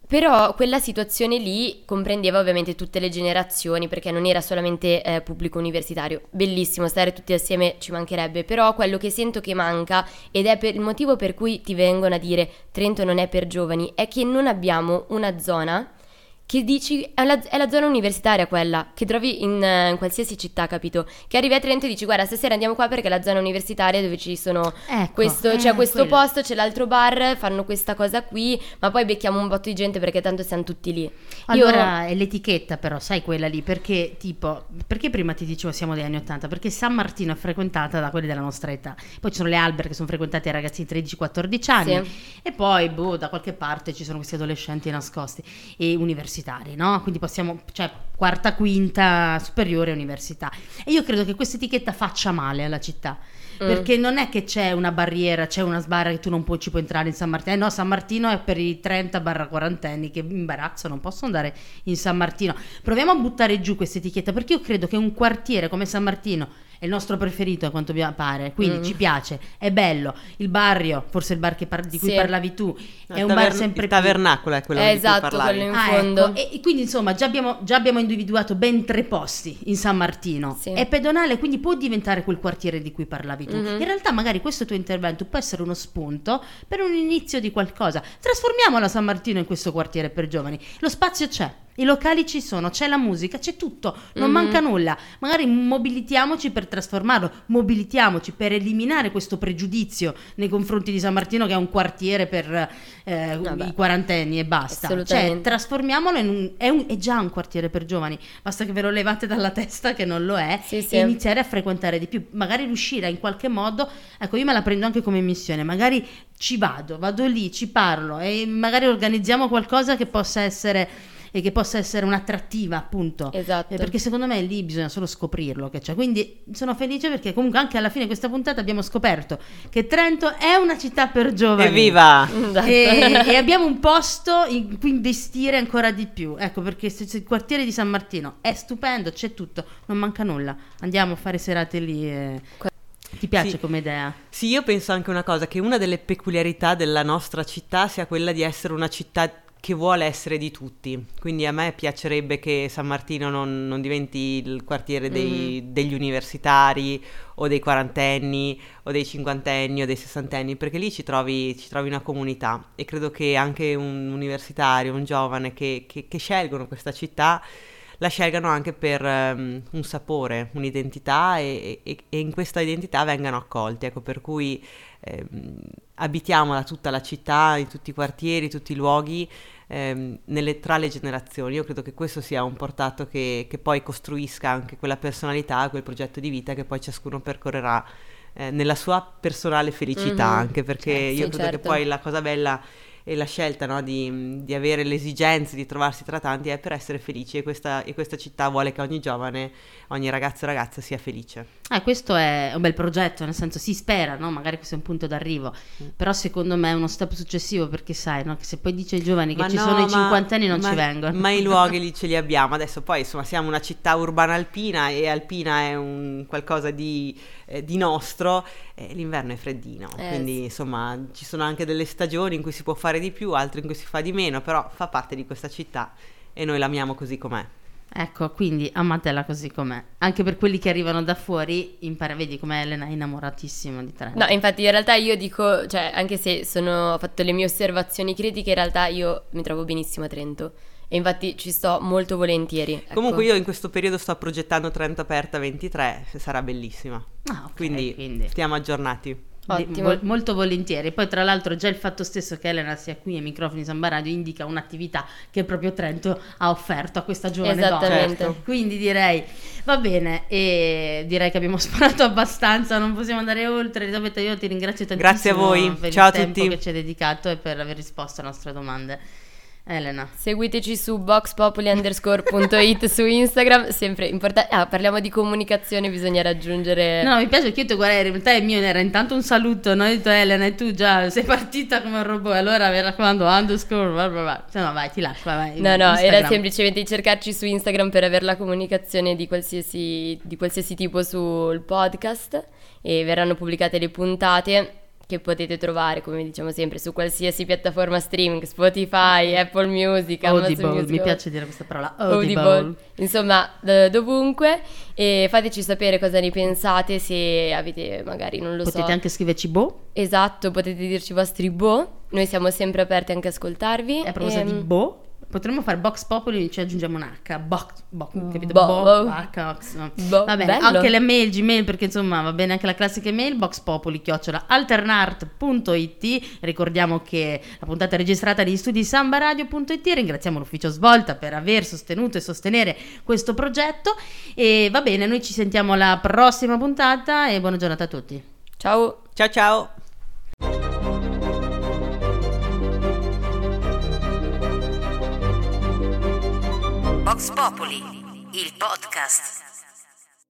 Però quella situazione lì comprendeva ovviamente tutte le generazioni, perché non era solamente eh, pubblico universitario. Bellissimo stare tutti assieme, ci mancherebbe, però quello che sento che manca, ed è per il motivo per cui ti vengono a dire Trento non è per giovani, è che non abbiamo una zona che dici, è la, è la zona universitaria quella, che trovi in, in qualsiasi città, capito? Che arrivi a Trento e dici, guarda, stasera andiamo qua perché è la zona universitaria dove ci sono Ecco, questo, eh, c'è questo quello. posto, c'è l'altro bar, fanno questa cosa qui, ma poi becchiamo un botto di gente perché tanto siamo tutti lì. Allora è l'etichetta però, sai quella lì, perché tipo, perché prima ti dicevo siamo degli anni ottanta? Perché San Martino è frequentata da quelli della nostra età, poi ci sono le Alber che sono frequentate dai ragazzi di tredici quattordici anni, Sì. e poi boh, da qualche parte ci sono questi adolescenti nascosti e universitari, no? Quindi possiamo, cioè quarta, quinta, superiore, università. E io credo che questa etichetta faccia male alla città. Perché non è che c'è una barriera, c'è una sbarra che tu non puoi, ci puoi entrare in San Martino. Eh no, San Martino è per i trenta quarantenni che imbarazzo, non possono andare in San Martino. Proviamo a buttare giù questa etichetta, perché io credo che un quartiere come San Martino è il nostro preferito a quanto mi pare, quindi Mm. ci piace, è bello. Il barrio, forse il bar che par- di cui Sì. parlavi tu, è Il un bar tavern- sempre il più... tabernacolo è quello Eh, di esatto, cui parlavi. quello in Ah, fondo. ecco. E, e quindi insomma già abbiamo, già abbiamo individuato ben tre posti in San Martino. Sì. È pedonale, quindi può diventare quel quartiere di cui parlavi tu. Mhm. In realtà magari questo tuo intervento può essere uno spunto per un inizio di qualcosa. Trasformiamola San Martino in questo quartiere per giovani. Lo spazio c'è, i locali ci sono, c'è la musica, c'è tutto, non Mhm. manca nulla. Magari mobilitiamoci per trasformarlo, mobilitiamoci per eliminare questo pregiudizio nei confronti di San Martino, che è un quartiere per eh, Vabbè. i quarantenni e basta. Cioè, Assolutamente. trasformiamolo in un è, un è già un quartiere per giovani, basta che ve lo levate dalla testa che non lo è, Sì, sì. e iniziare a frequentare di più, magari riuscire a in qualche modo, ecco, io me la prendo anche come missione, magari ci vado, vado lì, ci parlo e magari organizziamo qualcosa che possa essere e che possa essere un'attrattiva, appunto. Esatto. Eh, perché secondo me lì bisogna solo scoprirlo che c'è. Quindi sono felice perché comunque anche alla fine di questa puntata abbiamo scoperto che Trento è una città per giovani. Evviva! Esatto. E, e abbiamo un posto in cui investire ancora di più, ecco, perché se, se il quartiere di San Martino è stupendo, c'è tutto, non manca nulla, andiamo a fare serate lì e... Ti piace Sì. come idea? Sì, io penso anche una cosa, che una delle peculiarità della nostra città sia quella di essere una città che vuole essere di tutti, quindi a me piacerebbe che San Martino non, non diventi il quartiere dei- degli universitari o dei quarantenni o dei cinquantenni o dei sessantenni, perché lì ci trovi, ci trovi una comunità, e credo che anche un universitario, un giovane che, che- che scelgono questa città la scelgano anche per ehm, un sapore, un'identità, e, e- e in questa identità vengano accolti, ecco, per cui ehm, abitiamola tutta la città, in tutti i quartieri, tutti i luoghi, ehm, nelle- tra le generazioni. Io credo che questo sia un portato che, che poi costruisca anche quella personalità, quel progetto di vita che poi ciascuno percorrerà eh, nella sua personale felicità, Mhm. anche perché Eh, sì, io credo che certo. poi la cosa bella e la scelta, no, di, di avere l'esigenza di trovarsi tra tanti è per essere felici, e questa, e questa città vuole che ogni giovane, ogni ragazzo e ragazza sia felice. Ah, questo è un bel progetto, nel senso si spera, no? Magari questo è un punto d'arrivo, però secondo me è uno step successivo, perché sai, no? Che se poi dice ai giovani che Ma ci no, sono i ma- cinquantenni non ma- ci vengono. Ma i luoghi lì ce li abbiamo. Adesso poi insomma siamo una città urbana alpina, e alpina è un qualcosa di, eh, di nostro, e l'inverno è freddino, Eh, quindi sì. insomma ci sono anche delle stagioni in cui si può fare di più, altre in cui si fa di meno, però fa parte di questa città e noi l'amiamo così com'è. Ecco, quindi amatela così com'è. Anche per quelli che arrivano da fuori, impara, vedi come Elena è innamoratissima di Trento. No, infatti in realtà io dico, cioè anche se sono, ho fatto le mie osservazioni critiche, in realtà io mi trovo benissimo a Trento e infatti ci sto molto volentieri. Ecco. Comunque io in questo periodo sto progettando Trento Aperta ventitré, sarà bellissima, Ah, ok, quindi, quindi. stiamo aggiornati. Di- Ottimo. vol- molto volentieri. Poi tra l'altro già il fatto stesso che Elena sia qui ai microfoni di Samba Radio indica un'attività che proprio Trento ha offerto a questa giovane donna. Esattamente. Certo. Quindi direi va bene, e direi che abbiamo sparato abbastanza, non possiamo andare oltre. Elisabetta, io ti ringrazio tantissimo. Grazie a voi. Per Ciao a il tempo tutti. che ci hai dedicato e per aver risposto alle nostre domande. Elena. Seguiteci su boxpopuli underscore punto it su Instagram, sempre importante. Ah, parliamo di comunicazione, bisogna raggiungere... No, mi piace che io ti guarda, in realtà il mio era intanto un saluto, no? Ho detto Elena e tu già sei partita come un robot, allora mi raccomando underscore, bla bla bla. Cioè, no, vai, ti lascio, vai, vai. No, no, Instagram. era semplicemente di cercarci su Instagram per avere la comunicazione di qualsiasi, di qualsiasi tipo sul podcast, e verranno pubblicate le puntate che potete trovare, come diciamo sempre, su qualsiasi piattaforma streaming, Spotify, Apple Music, Amazon Audible, Music, mi piace dire questa parola, Audible, Audible. insomma d- dovunque, e fateci sapere cosa ne pensate, se avete magari, non lo Potete so, anche scriverci boh. esatto, potete dirci i vostri boh, noi siamo sempre aperti anche a ascoltarvi. E a proposito Ehm, di boh, potremmo fare Box Populi, ci aggiungiamo un H, box, box, capito? Boh, Boh, boh. H, Ox, no. Boh, Va bene, bello. anche le mail, Gmail, perché insomma va bene anche la classica email, boxpopuli chiocciola alternart punto it. Ricordiamo che la puntata è registrata negli studi sambaradio punto it. Ringraziamo l'ufficio Svolta per aver sostenuto e sostenere questo progetto. E va bene, noi ci sentiamo alla prossima puntata e buona giornata a tutti. ciao! Ciao ciao! Vox Populi, il podcast.